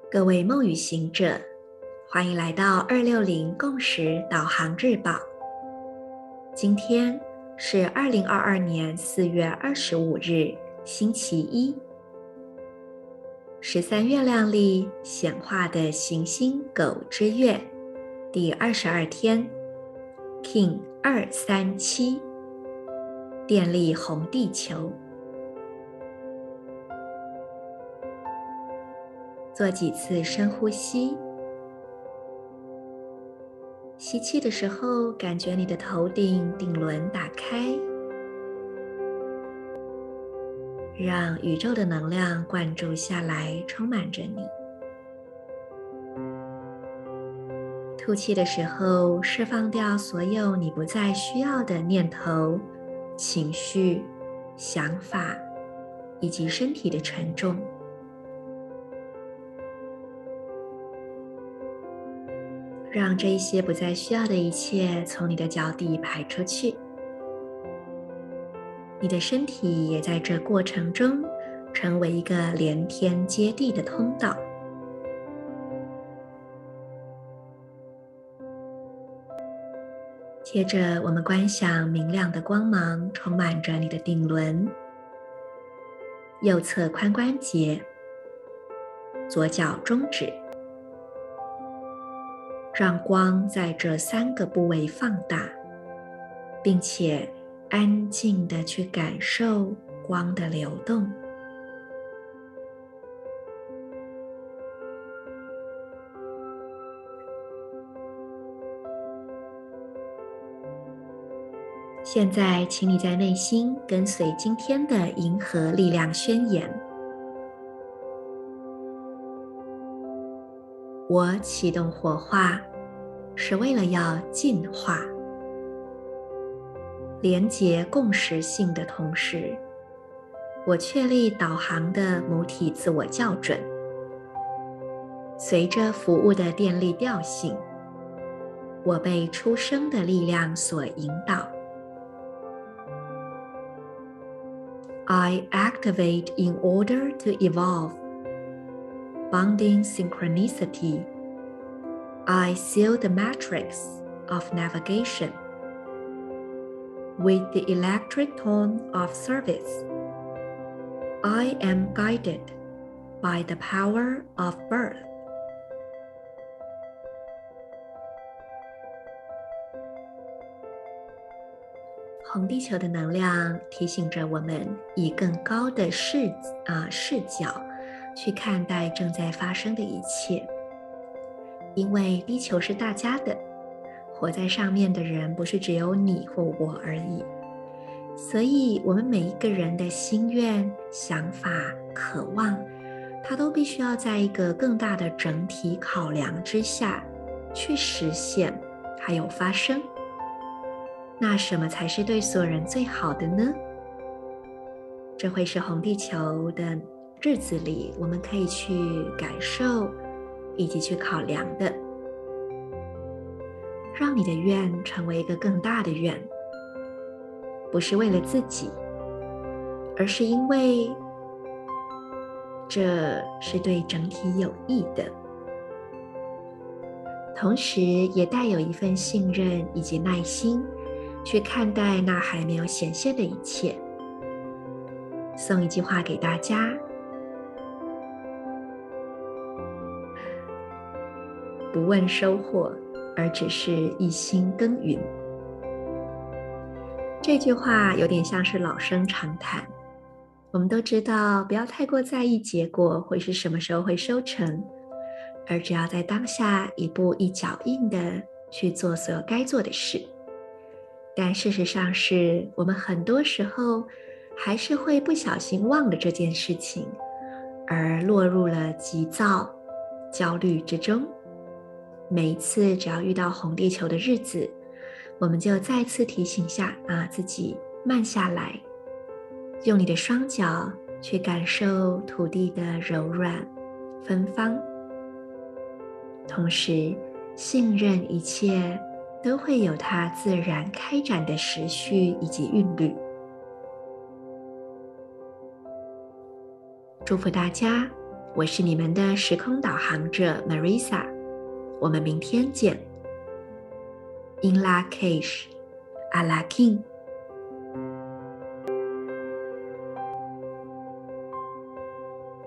各位梦与行者，欢迎来到260共识导航日报。今天是2022年4月25日，星期一。13月亮里显化的行星狗之月第22天 King 237，电力红地球。做几次深呼吸，吸气的时候，感觉你的头顶顶轮打开，让宇宙的能量灌注下来，充满着你。吐气的时候，释放掉所有你不再需要的念头、情绪、想法，以及身体的沉重。让这一些不再需要的一切从你的脚底排出去，你的身体也在这过程中成为一个连天接地的通道。接着，我们观想明亮的光芒充满着你的顶轮、右侧髋关节、左脚中指，让光在这3个部位放大，并且安静地去感受光的流动。现在，请你在内心跟随今天的银河力量宣言：我启动火化，是为了要进化。连结共识性的同时，我确立导航的母体自我校准，随着服务的电力调性，我被出生的力量所引导。I activate in order to evolve. Bonding synchronicity. I seal the matrix of navigation with the electric tone of service. I am guided by the power of birth. 红地球的能量提醒着我们以更高的视角去看待正在发生的一切，因为地球是大家的，活在上面的人不是只有你或我而已，所以我们每一个人的心愿、想法、渴望，它都必须要在一个更大的整体考量之下去实现，还有发生。那什么才是对所有人最好的呢？这会是红地球的日子里我们可以去感受以及去考量的。让你的愿成为一个更大的愿，不是为了自己，而是因为这是对整体有益的，同时也带有一份信任以及耐心去看待那还没有显现的一切。送一句话给大家：不问收获，而只是一心耕耘。这句话有点像是老生常谈，我们都知道不要太过在意结果会是什么时候会收成，而只要在当下一步一脚印的去做所有该做的事。但事实上是我们很多时候还是会不小心忘了这件事情，而落入了急躁、焦虑之中。每一次只要遇到红地球的日子，我们就再次提醒下自己慢下来，用你的双脚去感受土地的柔软、芬芳，同时信任一切都会有它自然开展的时序以及韵律。祝福大家我是你们的时空导航者 Marisa， 我们明天见。In la cage, à la king。